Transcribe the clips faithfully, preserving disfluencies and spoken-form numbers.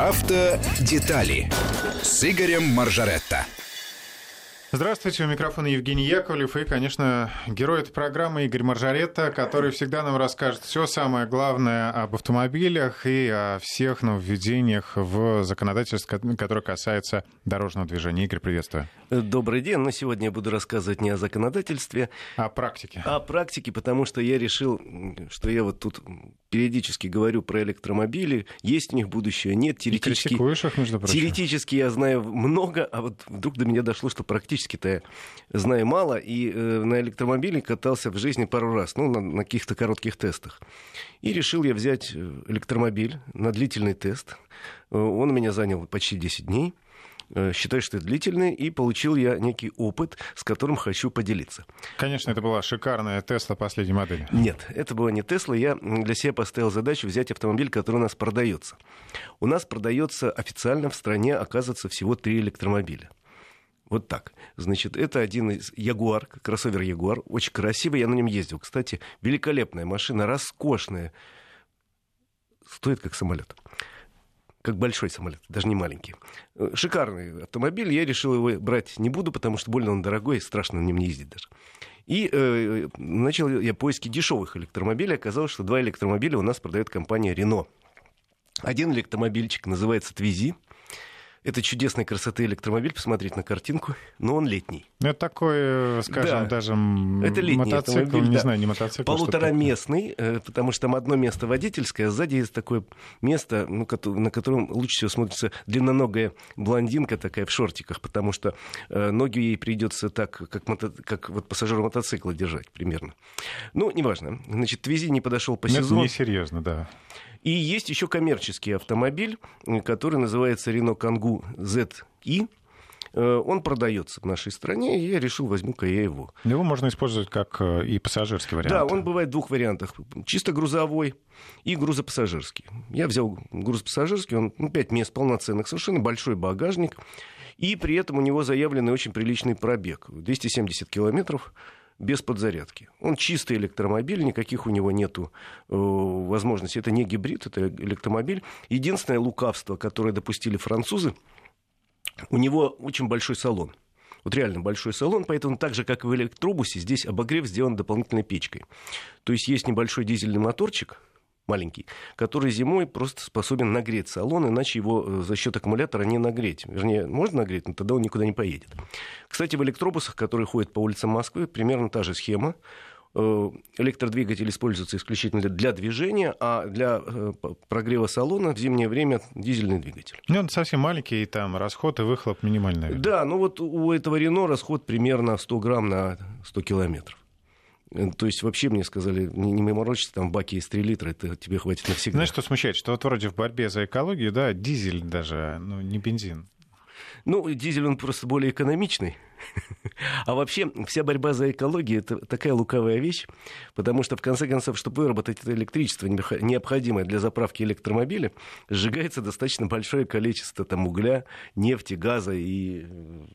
Автодетали с Игорем Маржаретто. Здравствуйте, у микрофона Евгений Яковлев и, конечно, герой этой программы Игорь Маржаретто, который всегда нам расскажет все самое главное об автомобилях и о всех нововведениях в законодательстве, которое касается дорожного движения. Игорь, приветствую. Добрый день. Но сегодня я буду рассказывать не о законодательстве, а о практике. А о практике, потому что я решил, что я вот тут периодически говорю про электромобили, есть у них будущее, нет, теоретически. И критикуешь их, между прочим. Теоретически я знаю много, а вот вдруг до меня дошло, что практически-то я знаю мало, и э, на электромобиле катался в жизни пару раз, ну, на, на каких-то коротких тестах. И решил я взять электромобиль на длительный тест. Он у меня занял почти десять дней. Считаю, что это длительный, и получил я некий опыт, с которым хочу поделиться. Конечно, это была шикарная Тесла последней модели. Нет, это была не Тесла. Я для себя поставил задачу взять автомобиль, который у нас продается. У нас продается официально в стране, оказывается, всего три электромобиля. Вот так. Значит, это один из Ягуар, кроссовер Ягуар. Очень красивый, я на нем ездил. Кстати, великолепная машина, роскошная. Стоит как самолет. Как большой самолет, даже не маленький. Шикарный автомобиль. Я решил его брать не буду, потому что больно он дорогой, и страшно на нем не ездить даже. И э, начал я поиски дешевых электромобилей. Оказалось, что два электромобиля у нас продает компания Renault. Один электромобильчик называется Twizy. Это чудесной красоты электромобиль, посмотреть на картинку, но он летний. Это такой, скажем, да, даже это мотоцикл, не да. знаю, не мотоцикл. Полутораместный, потому что там одно место водительское, а сзади есть такое место, ну, на котором лучше всего смотрится длинноногая блондинка такая в шортиках, потому что ноги ей придется так, как, мото... как вот пассажиру мотоцикла держать примерно. Ну, неважно. Значит, Twizy не подошел по сезону. Это несерьезно, да. И есть еще коммерческий автомобиль, который называется Renault Kangoo зет и. Он продается в нашей стране, и я решил, возьму-ка я его. Его можно использовать как и пассажирский вариант. Да, он бывает в двух вариантах. Чисто грузовой и грузопассажирский. Я взял грузопассажирский, он ну, пять мест полноценных, совершенно большой багажник. И при этом у него заявленный очень приличный пробег. двести семьдесят километров. Без подзарядки. Он чистый электромобиль, никаких у него нету э, возможностей. Это не гибрид, это электромобиль. Единственное лукавство, которое допустили французы, у него очень большой салон. Вот реально большой салон, поэтому так же, как и в электробусе, здесь обогрев сделан дополнительной печкой. То есть есть небольшой дизельный моторчик, маленький, который зимой просто способен нагреть салон, иначе его за счет аккумулятора не нагреть. Вернее, можно нагреть, но тогда он никуда не поедет. Кстати, в электробусах, которые ходят по улицам Москвы, примерно та же схема. Электродвигатель используется исключительно для движения, а для прогрева салона в зимнее время дизельный двигатель. Ну, он совсем маленький, и там расход и выхлоп минимальный. Да, ну вот у этого Renault расход примерно сто грамм на сто километров. То есть вообще мне сказали, не, не морочиться, там в баке есть три литра, это тебе хватит навсегда. Знаешь, что смущает? Что вот вроде в борьбе за экологию, да, дизель даже, ну, не бензин. Ну, дизель, он просто более экономичный. А вообще, вся борьба за экологию — это такая лукавая вещь, потому что, в конце концов, чтобы выработать это электричество, необходимое для заправки электромобиля, сжигается достаточно большое количество там, угля, нефти, газа, и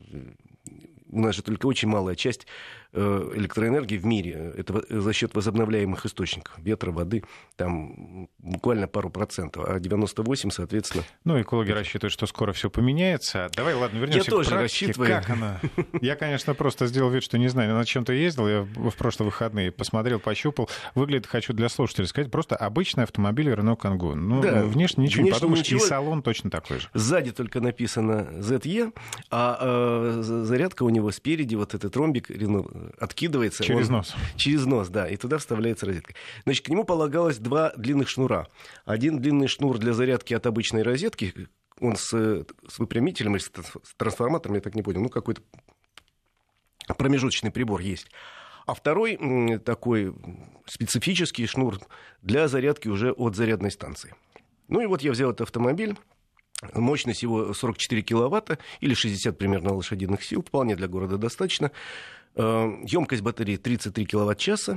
у нас же только очень малая часть электроэнергии в мире. Это за счет возобновляемых источников. Ветра, воды, там буквально пару процентов, а девяносто восемь, соответственно... Ну, экологи рассчитывают, что скоро все поменяется. Давай, ладно, вернемся к тоже практике. Рассчитываю. Как она? Я, конечно, просто сделал вид, что не знаю, на чем ты ездил. Я в прошлые выходные посмотрел, пощупал. Выглядит, хочу для слушателей сказать, просто обычный автомобиль Renault Kangoo. Ну, да, внешне ничего внешне не подумаешь, ничего. И салон точно такой же. Сзади только написано зет и, а э, зарядка у него спереди, вот этот ромбик Renault, откидывается. Через он, нос. Через нос, да, и туда вставляется розетка. Значит, к нему полагалось два длинных шнура. Один длинный шнур для зарядки от обычной розетки, он с, с выпрямителем или с трансформатором, я так не понял, ну, какой-то промежуточный прибор есть. А второй такой специфический шнур для зарядки уже от зарядной станции. Ну и вот я взял этот автомобиль. Мощность его сорок четыре киловатта или шестьдесят примерно лошадиных сил. Вполне для города достаточно. Емкость батареи тридцать три киловатт-часа.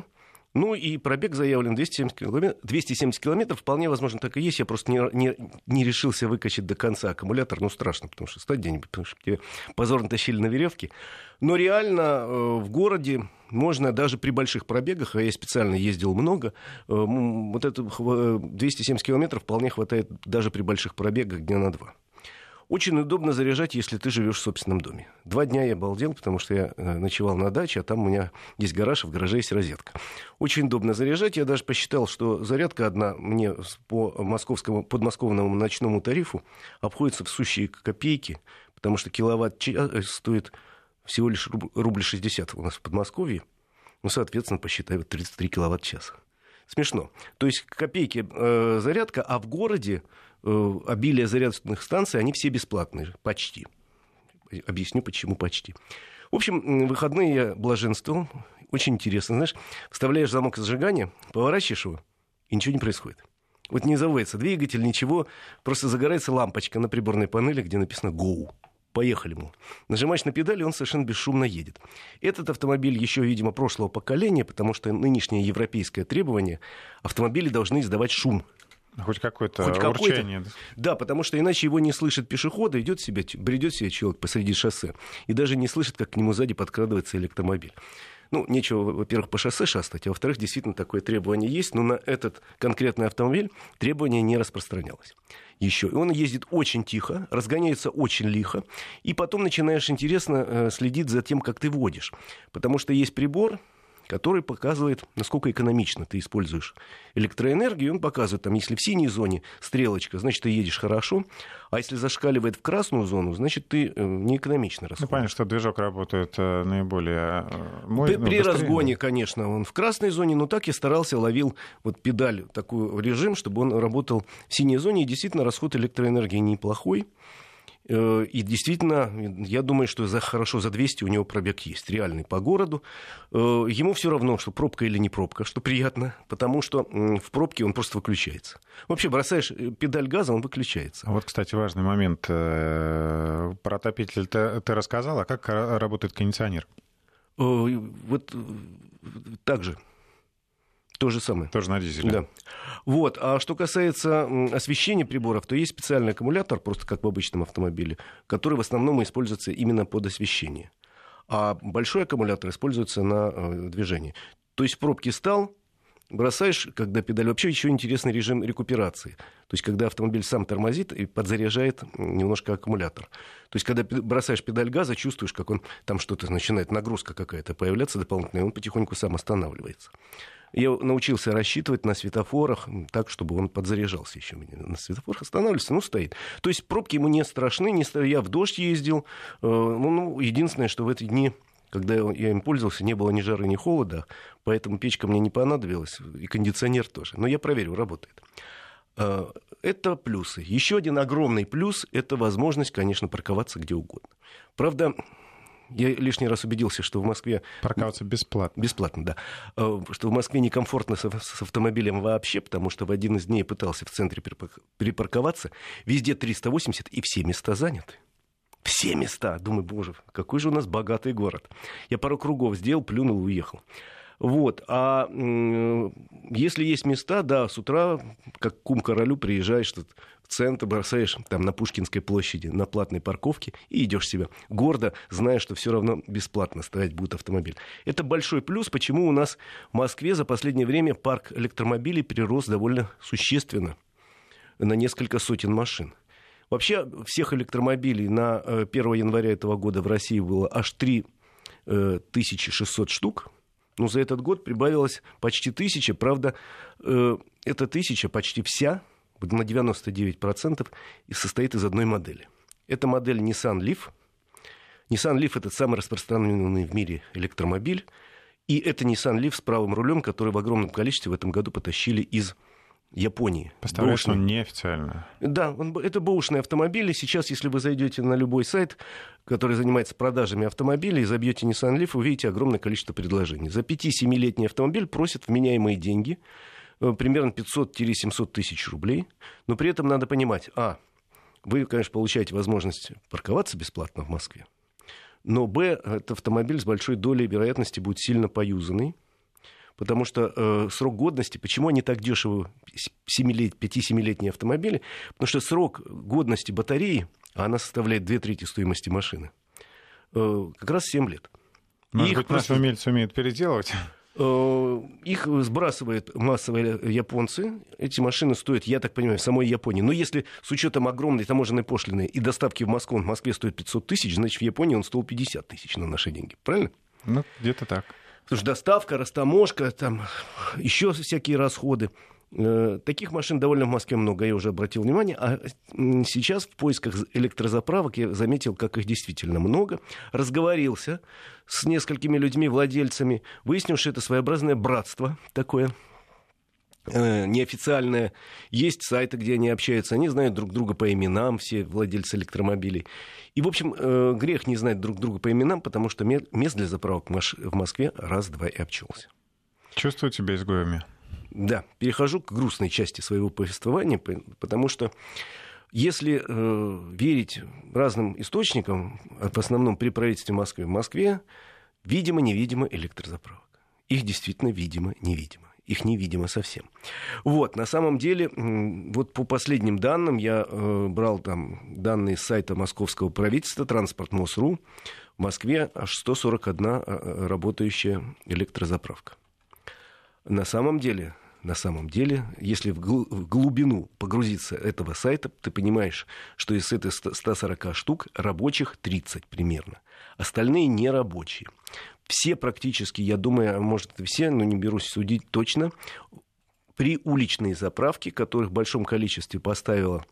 Ну и пробег заявлен двести семьдесят километров. двести семьдесят километров, вполне возможно, так и есть. Я просто не, не, не решился выкачать до конца аккумулятор. Ну, страшно, потому что стать где-нибудь, потому что тебе позорно тащили на веревке. Но реально э, в городе можно даже при больших пробегах, а я специально ездил много, э, вот это двести семьдесят километров вполне хватает даже при больших пробегах дня на два. Очень удобно заряжать, если ты живешь в собственном доме. Два дня я обалдел, потому что я ночевал на даче, а там у меня есть гараж, а в гараже есть розетка. Очень удобно заряжать. Я даже посчитал, что зарядка одна мне по московскому, подмосковному ночному тарифу обходится в сущие копейки, потому что киловатт стоит всего лишь рубль шестьдесят у нас в Подмосковье. Ну, соответственно, посчитай, вот тридцать три киловатт-часа. Смешно. То есть копейки э, зарядка, а в городе э, обилие зарядных станций, они все бесплатные. Почти. Объясню, почему почти. В общем, выходные я блаженствовал. Очень интересно. Знаешь, вставляешь замок зажигания, поворачиваешь его, и ничего не происходит. Вот не заводится двигатель, ничего. Просто загорается лампочка на приборной панели, где написано «Go». Поехали, мол. Нажимаешь на педаль, и он совершенно бесшумно едет. Этот автомобиль еще, видимо, прошлого поколения, потому что нынешнее европейское требование — автомобили должны издавать шум. Хоть какое-то Хоть урчание. Какое-то. Да, потому что иначе его не слышит пешеход, идет себе, бредет себе человек посреди шоссе, и даже не слышит, как к нему сзади подкрадывается электромобиль. Ну, нечего, во-первых, по шоссе шастать, а во-вторых, действительно такое требование есть, но на этот конкретный автомобиль требование не распространялось. Еще. И он ездит очень тихо, разгоняется очень лихо, и потом начинаешь интересно следить за тем, как ты водишь. Потому что есть прибор, который показывает, насколько экономично ты используешь электроэнергию. И он показывает, там, если в синей зоне стрелочка, значит, ты едешь хорошо, а если зашкаливает в красную зону, значит, ты неэкономично расходуешь. Ну, понятно, что движок работает наиболее... Мой, при ну, при быстрее, разгоне, да. Конечно, он в красной зоне, но так я старался, ловил вот педаль, такой режим, чтобы он работал в синей зоне, и действительно расход электроэнергии неплохой. И действительно, я думаю, что за, хорошо за двести у него пробег есть, реальный по городу. Ему все равно, что пробка или не пробка, что приятно, потому что в пробке он просто выключается. Вообще бросаешь педаль газа, он выключается. Вот, кстати, важный момент. Про отопитель ты, ты рассказал, а как работает кондиционер? Вот так же. То же самое. Тоже на дизеле. Да. Вот. А что касается освещения приборов, то есть специальный аккумулятор, просто как в обычном автомобиле, который в основном используется именно под освещение. А большой аккумулятор используется на движение. То есть в пробке стал, бросаешь, когда педаль... Вообще еще интересный режим рекуперации. То есть когда автомобиль сам тормозит и подзаряжает немножко аккумулятор. То есть когда бросаешь педаль газа, чувствуешь, как он там что-то начинает, нагрузка какая-то появляться дополнительная, и он потихоньку сам останавливается. Я научился рассчитывать на светофорах так, чтобы он подзаряжался еще. На светофорах останавливался, ну, стоит. То есть пробки ему не страшны. Не стра... Я в дождь ездил. Ну, единственное, что в эти дни, когда я им пользовался, не было ни жары, ни холода. Поэтому печка мне не понадобилась. И кондиционер тоже. Но я проверил, работает. Это плюсы. Еще один огромный плюс – это возможность, конечно, парковаться где угодно. Правда... Я лишний раз убедился, что в Москве... Парковаться бесплатно. Бесплатно, да. Что в Москве некомфортно с, с автомобилем вообще, потому что в один из дней пытался в центре перепарковаться. Везде триста восемьдесят, и все места заняты. Все места. Думаю, боже, какой же у нас богатый город. Я пару кругов сделал, плюнул и уехал. Вот. А если есть места, да, с утра, как кум королю, приезжаешь тут в центр, бросаешь там на Пушкинской площади на платной парковке и идешь себе гордо, зная, что все равно бесплатно стоять будет автомобиль. Это большой плюс, почему у нас в Москве за последнее время парк электромобилей перерос довольно существенно, на несколько сотен машин. Вообще всех электромобилей на первого января этого года в России было аж три тысячи шестьсот штук. Ну, за этот год прибавилось почти тысяча. Правда, э, эта тысяча почти вся, на девяносто девять процентов, состоит из одной модели. Это модель Nissan Leaf. Nissan Leaf — это самый распространенный в мире электромобиль. И это Nissan Leaf с правым рулем, который в огромном количестве в этом году потащили из Японии. Поставляешь, он неофициально. Да, он, это бэушные автомобили. Сейчас, если вы зайдете на любой сайт, который занимается продажами автомобилей, и забьете Nissan Leaf, увидите огромное количество предложений. За пяти-семилетний автомобиль просят вменяемые деньги, примерно пятьсот-семьсот тысяч рублей. Но при этом надо понимать, а, вы, конечно, получаете возможность парковаться бесплатно в Москве, но, б, этот автомобиль с большой долей вероятности будет сильно поюзанный, Потому что э, срок годности, почему они так дешево, пяти-семилетние автомобили? Потому что срок годности батареи, а она составляет две трети стоимости машины, э, как раз семь лет. Может быть, просто... наши умельцы умеют переделывать? Их сбрасывают массовые японцы. Эти машины стоят, я так понимаю, в самой Японии. Но если с учетом огромной таможенной пошлины и доставки в Москву, он в Москве стоит пятьсот тысяч, значит, в Японии он стоил пятьдесят тысяч на наши деньги. Правильно? Ну, где-то так. Потому что доставка, растаможка, там еще всякие расходы. Таких машин довольно в Москве много, я уже обратил внимание. А сейчас в поисках электрозаправок я заметил, как их действительно много. Разговорился с несколькими людьми, владельцами. Выяснил, что это своеобразное братство такое, неофициальное. Есть сайты, где они общаются. Они знают друг друга по именам, все владельцы электромобилей. И, в общем, грех не знать друг друга по именам, потому что мест для заправок в Москве раз-два и обчелся. Чувствую тебя изгоями. Да, перехожу к грустной части своего повествования, потому что если э, верить разным источникам, в основном при правительстве Москвы, в Москве видимо-невидимо электрозаправок. Их действительно видимо-невидимо. Их невидимо совсем. Вот, на самом деле, вот по последним данным, я э, брал там данные с сайта московского правительства, Транспорт МОСРУ, в Москве аж сто сорок одна работающая электрозаправка. На самом деле, на самом деле, если в глубину погрузиться этого сайта, ты понимаешь, что из этой ста сорока штук рабочих тридцать примерно. Остальные нерабочие. Все практически, я думаю, может, и все, но не берусь судить точно, при уличной заправке, которых в большом количестве поставила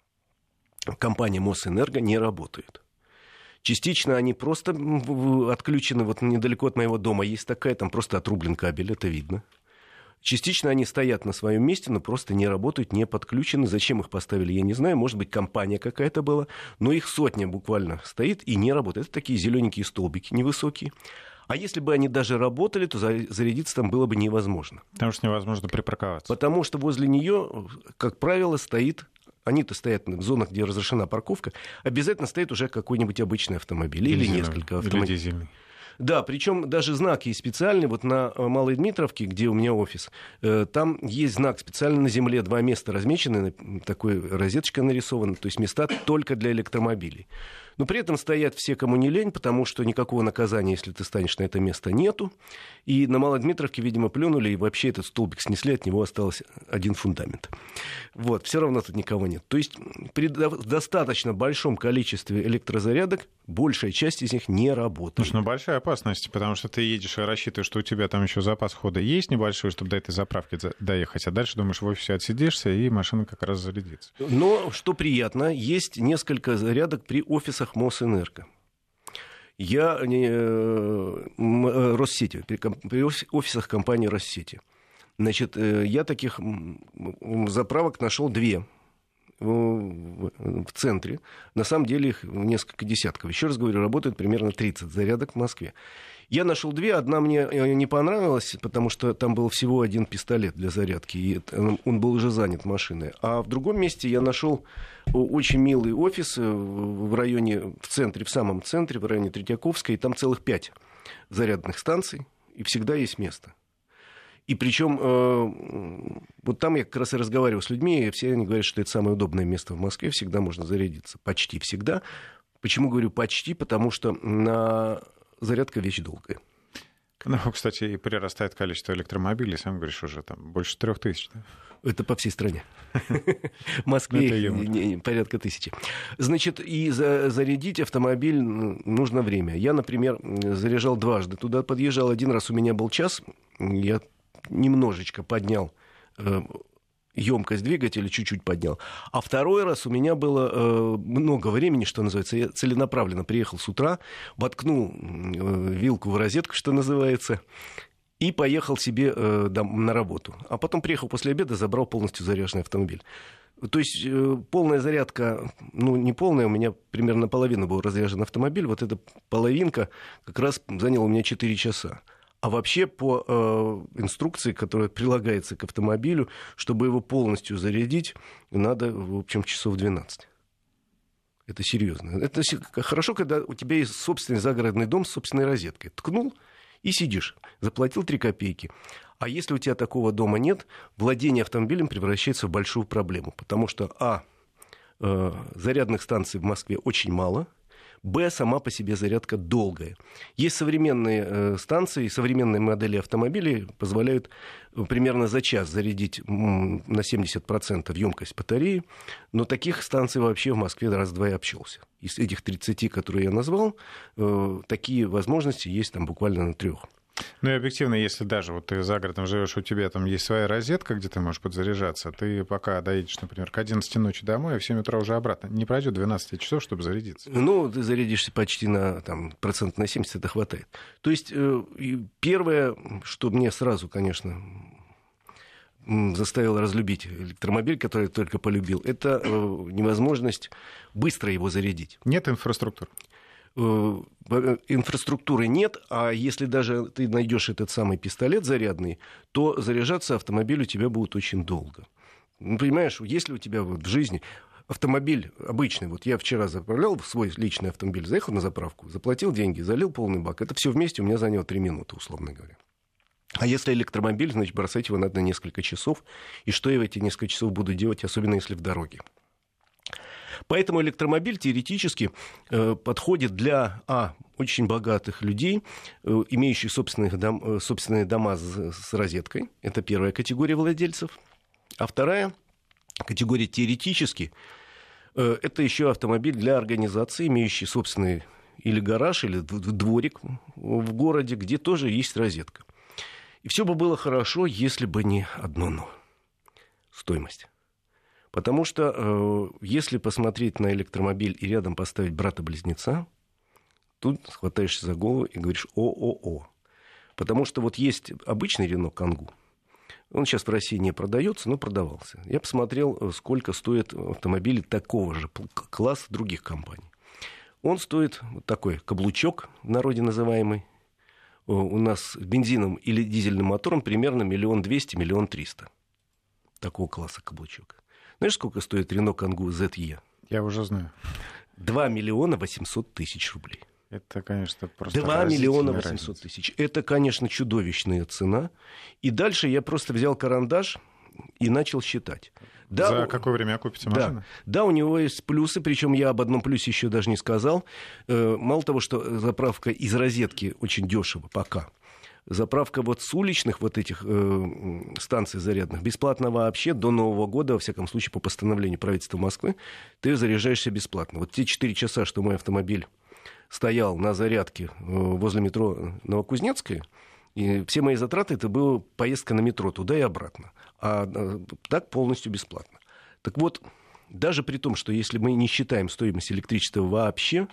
компания Мосэнерго, не работают. Частично они просто отключены, вот недалеко от моего дома есть такая, там просто отрублен кабель, это видно. Частично они стоят на своем месте, но просто не работают, не подключены. Зачем их поставили, я не знаю. Может быть, компания какая-то была. Но их сотня буквально стоит и не работает. Это такие зелененькие столбики невысокие. А если бы они даже работали, то зарядиться там было бы невозможно. Потому что невозможно припарковаться. Потому что возле нее, как правило, стоит... Они-то стоят в зонах, где разрешена парковка. Обязательно стоит уже какой-нибудь обычный автомобиль. Или Бензиновый, несколько автомобилей. Или дизельный. Да, причем даже знак есть специальный. Вот на Малой Дмитровке, где у меня офис, там есть знак специально на земле. Два места размечены, такой розеточка нарисована. То есть места только для электромобилей. Но при этом стоят все, кому не лень, потому что никакого наказания, если ты станешь на это место, нету. И на Малой Дмитровке, видимо, плюнули, и вообще этот столбик снесли, от него остался один фундамент. Вот, все равно тут никого нет. То есть при достаточно большом количестве электрозарядок большая часть из них не работает. Слушай, ну большая опасность, потому что ты едешь и рассчитываешь, что у тебя там еще запас хода есть небольшой, чтобы до этой заправки доехать, а дальше думаешь, в офисе отсидишься, и машина как раз зарядится. Но, что приятно, есть несколько зарядок при офисах Мосэнерго. Я э, Россети, при офисах компании Россети. Значит, я таких заправок нашел две в центре. На самом деле их несколько десятков. Еще раз говорю, работают примерно тридцать зарядок в Москве. Я нашел две, одна мне не понравилась, потому что там был всего один пистолет для зарядки, и он был уже занят машиной. А в другом месте я нашел очень милый офис в районе, в центре, в самом центре, в районе Третьяковской, и там целых пять зарядных станций, и всегда есть место. И причем э, вот там я как раз и разговаривал с людьми, и все они говорят, что это самое удобное место в Москве, всегда можно зарядиться, почти всегда. Почему говорю почти? Потому что на... зарядка вещь долгая. Ну, кстати, и прирастает количество электромобилей, сам говоришь, уже там больше трех тысяч, да? Это по всей стране. В Москве порядка тысячи. Значит, и зарядить автомобиль нужно время. Я, например, заряжал дважды. Туда подъезжал один раз, у меня был час, я немножечко поднял емкость двигателя, чуть-чуть поднял. А второй раз у меня было э, много времени, что называется. Я целенаправленно приехал с утра, воткнул э, вилку в розетку, что называется, и поехал себе э, на работу. А потом приехал после обеда, забрал полностью заряженный автомобиль. То есть э, полная зарядка, ну не полная, у меня примерно наполовину был разряжен автомобиль. Вот эта половинка как раз заняла у меня четыре часа. А вообще по э, инструкции, которая прилагается к автомобилю, чтобы его полностью зарядить, надо, в общем, часов двенадцать. Это серьезно. Это хорошо, когда у тебя есть собственный загородный дом с собственной розеткой. Ткнул, И сидишь, заплатил три копейки. А если у тебя такого дома нет, владение автомобилем превращается в большую проблему. Потому что, а, э, зарядных станций в Москве очень мало, б, сама по себе зарядка долгая. Есть современные э, станции, современные модели автомобилей позволяют примерно за час зарядить м, на семьдесят процентов емкость батареи, но таких станций вообще в Москве раз-два и обчелся. Из этих тридцати, которые я назвал, э, такие возможности есть там буквально на трех. Ну и объективно, если даже вот ты за городом живешь, у тебя там есть своя розетка, где ты можешь подзаряжаться, ты пока доедешь, например, к одиннадцати ночи домой, а в семь утра уже обратно. Не пройдет двенадцать часов, чтобы зарядиться. Ну, ты зарядишься почти на там, процент на семьдесят, это хватает. То есть э, первое, что мне сразу, конечно, заставило разлюбить электромобиль, который я только полюбил, это э, невозможность быстро его зарядить. Нет инфраструктуры. Инфраструктуры нет, а если даже ты найдешь этот самый пистолет зарядный, то заряжаться автомобиль у тебя будет очень долго. Ну, понимаешь, если у тебя вот в жизни автомобиль обычный, вот я вчера заправлял свой личный автомобиль, заехал на заправку, заплатил деньги, залил полный бак, это все вместе у меня заняло три минуты, условно говоря. А если электромобиль, значит, бросать его надо на несколько часов, и что я в эти несколько часов буду делать, особенно если в дороге. Поэтому электромобиль теоретически э, подходит для, а, очень богатых людей, э, имеющих собственных дом, э, собственные дома с, с розеткой. Это первая категория владельцев. А вторая категория теоретически, э, это еще автомобиль для организации, имеющий собственный или гараж, или дворик в городе, где тоже есть розетка. И все бы было хорошо, если бы не одно «но» — стоимость. Потому что э, если посмотреть на электромобиль и рядом поставить брата-близнеца, тут хватаешься за голову и говоришь «о-о-о». Потому что вот есть обычный Renault Kangoo. Он сейчас в России не продается, но продавался. Я посмотрел, сколько стоят автомобили такого же класса других компаний. Он стоит вот такой каблучок, в народе называемый. У нас с бензином или дизельным мотором примерно миллион двести, миллион триста. Такого класса каблучок. Знаешь, сколько стоит Renault Kangoo зет и? Я уже знаю. два миллиона восемьсот тысяч рублей. Это, конечно, просто два миллиона восемьсот тысяч. Это, конечно, чудовищная цена. И дальше я просто взял карандаш и начал считать. Да, За у... какое время окупится машина? Да. да, у него есть плюсы, причем я об одном плюсе еще даже не сказал. Мало того, что заправка из розетки очень дешево пока. Заправка вот с уличных вот этих э, станций зарядных бесплатно вообще до Нового года, во всяком случае, по постановлению правительства Москвы, ты заряжаешься бесплатно. Вот те четыре часа, что мой автомобиль стоял на зарядке э, возле метро Новокузнецкая, и все мои затраты, это была поездка на метро туда и обратно. А э, так полностью бесплатно. Так вот, даже при том, что если мы не считаем стоимость электричества вообще,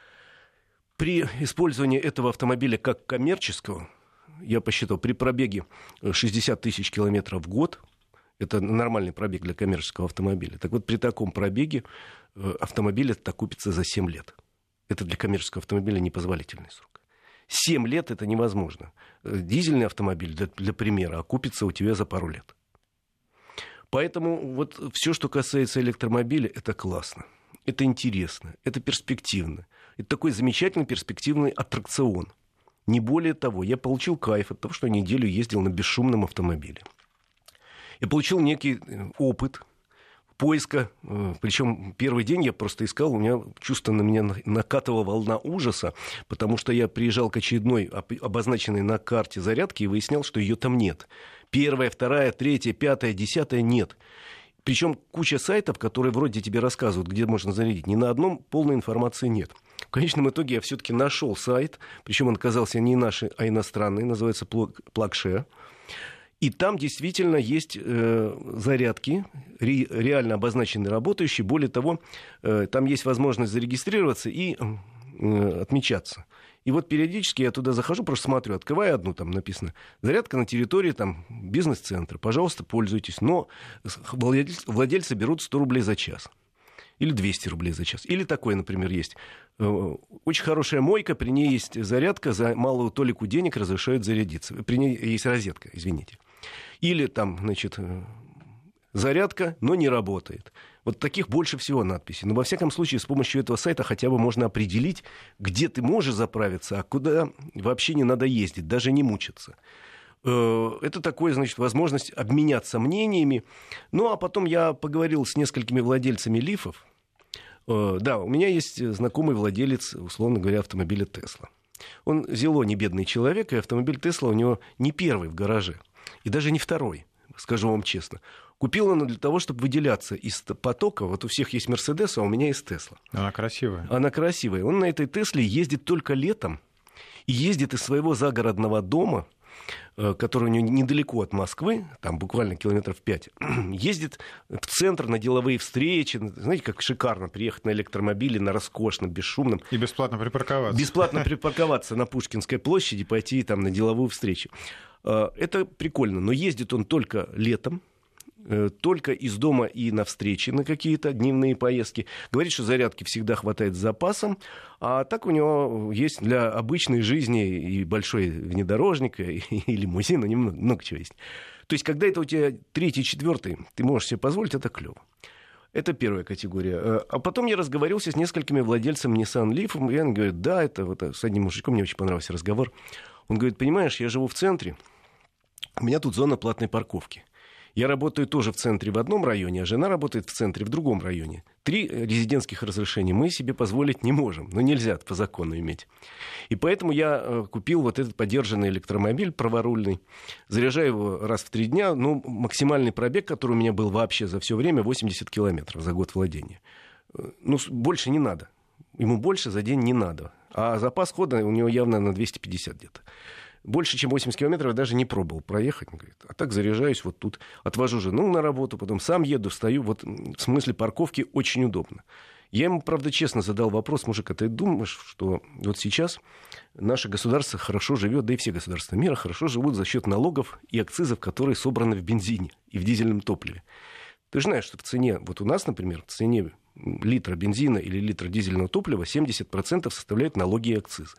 при использовании этого автомобиля как коммерческого, я посчитал, при пробеге шестьдесят тысяч километров в год, это нормальный пробег для коммерческого автомобиля, так вот при таком пробеге автомобиль это окупится за семь лет. Это для коммерческого автомобиля непозволительный срок. семь лет это невозможно. Дизельный автомобиль, для, для примера, окупится у тебя за пару лет. Поэтому вот все, что касается электромобиля, это классно, это интересно, это перспективно. Это такой замечательный перспективный аттракцион. Не более того, я получил кайф от того, что неделю ездил на бесшумном автомобиле. Я получил некий опыт поиска, причем первый день я просто искал, у меня чувство на меня накатывала волна ужаса, потому что я приезжал к очередной обозначенной на карте зарядке и выяснял, что ее там нет. Первая, вторая, третья, пятая, десятая нет. Причем куча сайтов, которые вроде тебе рассказывают, где можно зарядить. Ни на одном полной информации нет. В конечном итоге я все-таки нашел сайт, причем он оказался не наш, а иностранный, называется PlugShare. И там действительно есть э, зарядки, ре, реально обозначенные, работающие. Более того, э, там есть возможность зарегистрироваться и э, отмечаться. И вот периодически я туда захожу, просто смотрю, открываю одну, там написано «Зарядка на территории там, бизнес-центра». Пожалуйста, пользуйтесь. Но владельцы, владельцы берут сто рублей за час. Или двести рублей за час. Или такое, например, есть. Очень хорошая мойка, при ней есть зарядка, за малую толику денег разрешают зарядиться. При ней есть розетка, извините. Или там, значит, зарядка, но не работает. Вот таких больше всего надписей. Но во всяком случае с помощью этого сайта хотя бы можно определить, где ты можешь заправиться, а куда вообще не надо ездить, даже не мучиться. Это такая, значит, возможность обменяться мнениями. Ну, а потом я поговорил с несколькими владельцами лифов. Да, у меня есть знакомый владелец, условно говоря, автомобиля Tesla. Он зело не бедный человек, и автомобиль Tesla у него не первый в гараже, и даже не второй, скажу вам честно. Купил он для того, чтобы выделяться из потока. Вот у всех есть Mercedes, а у меня есть Tesla. Она красивая. Она красивая. Он на этой Тесле ездит только летом, и ездит из своего загородного дома, который у него недалеко от Москвы, там буквально километров пять, ездит в центр на деловые встречи. Знаете, как шикарно приехать на электромобиле, на роскошном, бесшумном. И бесплатно припарковаться. Бесплатно припарковаться на Пушкинской площади, пойти там на деловую встречу. Это прикольно, но ездит он только летом, только из дома и на встречи, на какие-то дневные поездки. Говорит, что зарядки всегда хватает с запасом, а так у него есть для обычной жизни и большой внедорожник, и, и лимузин, и немного, много чего есть. То есть, когда это у тебя третий, четвертый, ты можешь себе позволить, это клево. Это первая категория. А потом я разговаривался с несколькими владельцами Nissan Leaf, и он говорит, да, это вот с одним мужиком, мне очень понравился разговор. Он говорит, понимаешь, я живу в центре, у меня тут зона платной парковки. Я работаю тоже в центре в одном районе, а жена работает в центре в другом районе. Три резидентских разрешения мы себе позволить не можем, но нельзя по закону иметь. И поэтому я купил вот этот подержанный электромобиль праворульный, заряжаю его раз в три дня, ну, максимальный пробег, который у меня был вообще за все время, восемьдесят километров за год владения. Ну, больше не надо. Ему больше за день не надо. А запас хода у него явно на двести пятьдесят где-то. Больше, чем восемьдесят километров я даже не пробовал проехать. Говорит. А так заряжаюсь вот тут, отвожу жену на работу, потом сам еду, встаю. Вот в смысле парковки очень удобно. Я ему, правда, честно задал вопрос, мужик, а ты думаешь, что вот сейчас наше государство хорошо живет, да и все государства мира хорошо живут за счет налогов и акцизов, которые собраны в бензине и в дизельном топливе? Ты же знаешь, что в цене, вот у нас, например, в цене литра бензина или литра дизельного топлива семьдесят процентов составляют налоги и акцизы.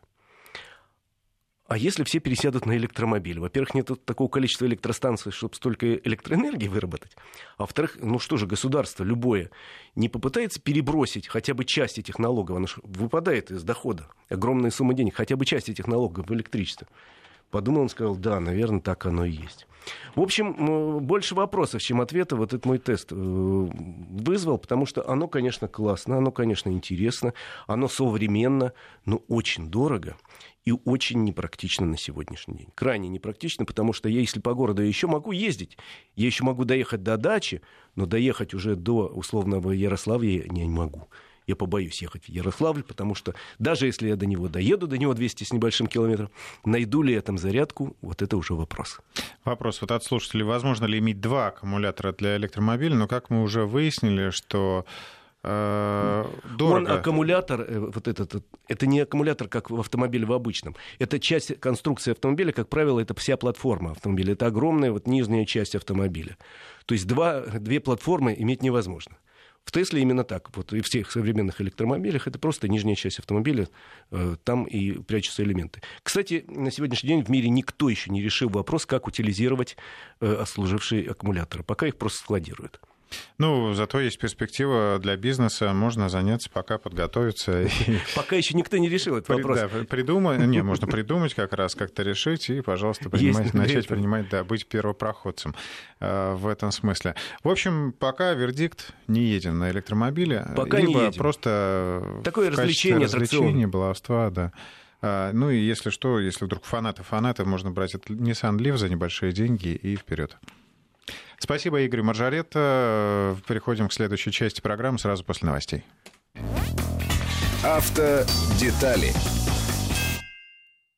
А если все пересядут на электромобиль? Во-первых, нет такого количества электростанций, чтобы столько электроэнергии выработать. А во-вторых, ну что же, государство любое не попытается перебросить хотя бы часть этих налогов? Оно же выпадает из дохода. Огромная сумма денег. Хотя бы часть этих налогов в электричество. Подумал, он сказал, да, наверное, так оно и есть. В общем, больше вопросов, чем ответов вот этот мой тест вызвал, потому что оно, конечно, классно, оно, конечно, интересно, оно современно, но очень дорого и очень непрактично на сегодняшний день. Крайне непрактично, потому что я, если по городу еще могу ездить, я еще могу доехать до дачи, но доехать уже до условного Ярославля я не могу. Я побоюсь ехать в Ярославль, потому что даже если я до него доеду, до него двести с небольшим километров, найду ли я там зарядку, вот это уже вопрос. Вопрос вот от слушателей. Возможно ли иметь два аккумулятора для электромобиля? Но как мы уже выяснили, что э, дорого. Он аккумулятор, вот этот, это не аккумулятор, как в автомобиле в обычном. Это часть конструкции автомобиля, как правило, это вся платформа автомобиля. Это огромная вот нижняя часть автомобиля. То есть два, две платформы иметь невозможно. В Тесле именно так. Вот и в всех современных электромобилях это просто нижняя часть автомобиля, там и прячутся элементы. Кстати, на сегодняшний день в мире никто еще не решил вопрос, как утилизировать отслужившие аккумуляторы. Пока их просто складируют. Ну, зато есть перспектива для бизнеса, можно заняться, пока подготовиться. Пока еще никто не решил этот вопрос. Да, придумать, не, можно придумать как раз, как-то решить, и, пожалуйста, принимать, начать принимать, да, быть первопроходцем э, в этом смысле. В общем, пока вердикт: не едем на электромобиле, пока либо не едем. Просто такое развлечение, развлечение, баловства, да. А, ну и если что, если вдруг фанаты-фанаты, можно брать этот Nissan Leaf за небольшие деньги и вперед. Спасибо, Игорь Маржаретта. Переходим к следующей части программы сразу после новостей. Автодетали